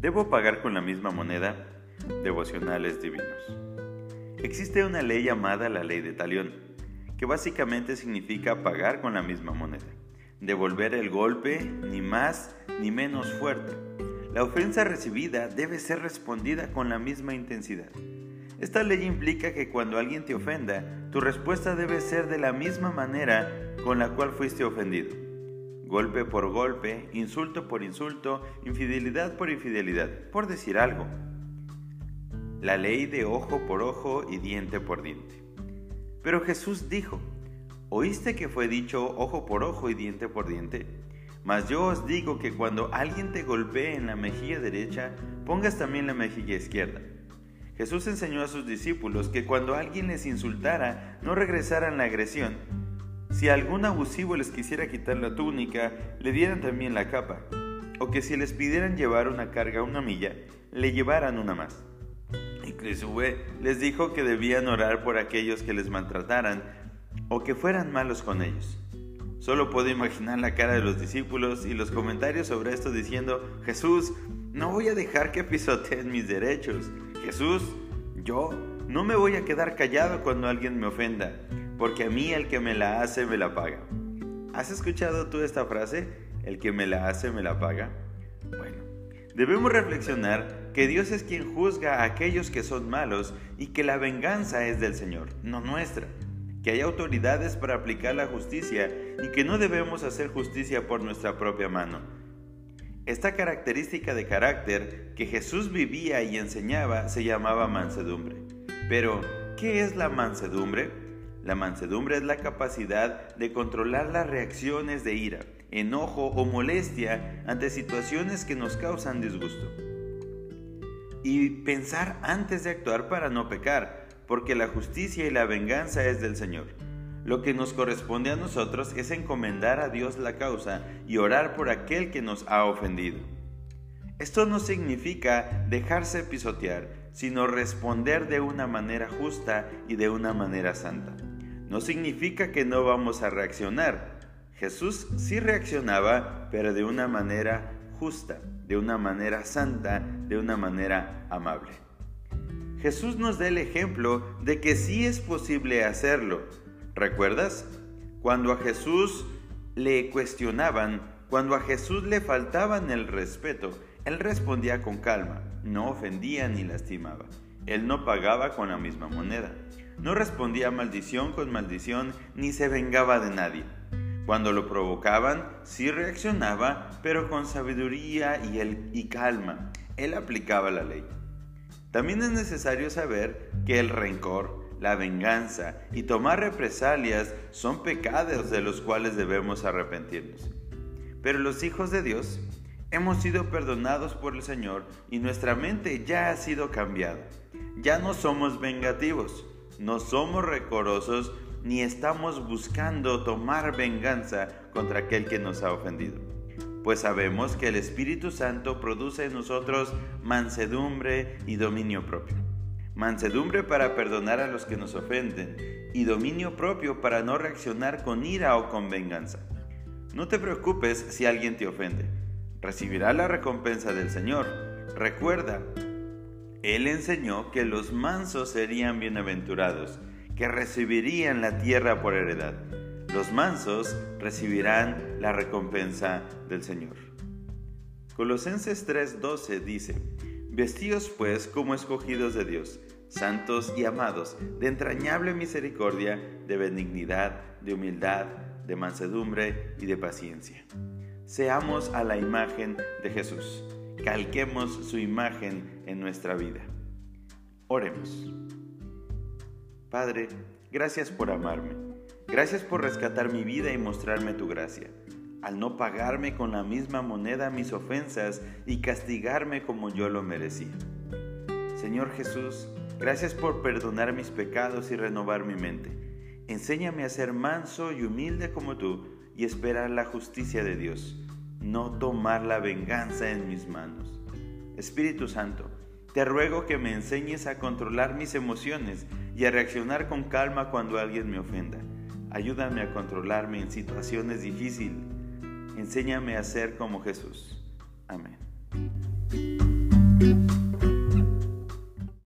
¿Debo pagar con la misma moneda? Devocionales divinos. Existe una ley llamada la ley de Talión, que básicamente significa pagar con la misma moneda. Devolver el golpe, ni más ni menos fuerte. La ofensa recibida debe ser respondida con la misma intensidad. Esta ley implica que cuando alguien te ofenda, tu respuesta debe ser de la misma manera con la cual fuiste ofendido. Golpe por golpe, insulto por insulto, infidelidad por infidelidad, por decir algo. La ley de ojo por ojo y diente por diente. Pero Jesús dijo: ¿oíste que fue dicho ojo por ojo y diente por diente? Mas yo os digo que cuando alguien te golpee en la mejilla derecha, pongas también la mejilla izquierda. Jesús enseñó a sus discípulos que cuando alguien les insultara, no regresaran la agresión. Si algún abusivo les quisiera quitar la túnica, le dieran también la capa. O que si les pidieran llevar una carga una milla, le llevaran una más. Inclusive les dijo que debían orar por aquellos que les maltrataran o que fueran malos con ellos. Solo puedo imaginar la cara de los discípulos y los comentarios sobre esto diciendo: Jesús, no voy a dejar que pisoteen mis derechos. Jesús, yo no me voy a quedar callado cuando alguien me ofenda, porque a mí el que me la hace me la paga. ¿Has escuchado tú esta frase? ¿El que me la hace me la paga? Bueno, debemos reflexionar que Dios es quien juzga a aquellos que son malos y que la venganza es del Señor, no nuestra. Que hay autoridades para aplicar la justicia y que no debemos hacer justicia por nuestra propia mano. Esta característica de carácter que Jesús vivía y enseñaba se llamaba mansedumbre. Pero, ¿qué es la mansedumbre? La mansedumbre es la capacidad de controlar las reacciones de ira, enojo o molestia ante situaciones que nos causan disgusto. Y pensar antes de actuar para no pecar, porque la justicia y la venganza es del Señor. Lo que nos corresponde a nosotros es encomendar a Dios la causa y orar por aquel que nos ha ofendido. Esto no significa dejarse pisotear, sino responder de una manera justa y de una manera santa. No significa que no vamos a reaccionar. Jesús sí reaccionaba, pero de una manera justa, de una manera santa, de una manera amable. Jesús nos da el ejemplo de que sí es posible hacerlo. ¿Recuerdas? Cuando a Jesús le cuestionaban, cuando a Jesús le faltaban el respeto, Él respondía con calma, no ofendía ni lastimaba. Él no pagaba con la misma moneda. No respondía maldición con maldición, ni se vengaba de nadie. Cuando lo provocaban, sí reaccionaba, pero con sabiduría y calma. Él aplicaba la ley. También es necesario saber que el rencor, la venganza y tomar represalias son pecados de los cuales debemos arrepentirnos. Pero los hijos de Dios hemos sido perdonados por el Señor y nuestra mente ya ha sido cambiada. Ya no somos vengativos, no somos rencorosos ni estamos buscando tomar venganza contra aquel que nos ha ofendido. Pues sabemos que el Espíritu Santo produce en nosotros mansedumbre y dominio propio. Mansedumbre para perdonar a los que nos ofenden y dominio propio para no reaccionar con ira o con venganza. No te preocupes si alguien te ofende. Recibirá la recompensa del Señor. Recuerda, Él enseñó que los mansos serían bienaventurados, que recibirían la tierra por heredad. Los mansos recibirán la recompensa del Señor. Colosenses 3:12 dice: Vestíos pues como escogidos de Dios, santos y amados, de entrañable misericordia, de benignidad, de humildad, de mansedumbre y de paciencia. Seamos a la imagen de Jesús. Calquemos su imagen en nuestra vida. Oremos. Padre, gracias por amarme. Gracias por rescatar mi vida y mostrarme tu gracia, al no pagarme con la misma moneda mis ofensas y castigarme como yo lo merecía. Señor Jesús, gracias por perdonar mis pecados y renovar mi mente. Enséñame a ser manso y humilde como tú y esperar la justicia de Dios, no tomar la venganza en mis manos. Espíritu Santo, te ruego que me enseñes a controlar mis emociones y a reaccionar con calma cuando alguien me ofenda. Ayúdame a controlarme en situaciones difíciles. Enséñame a ser como Jesús. Amén.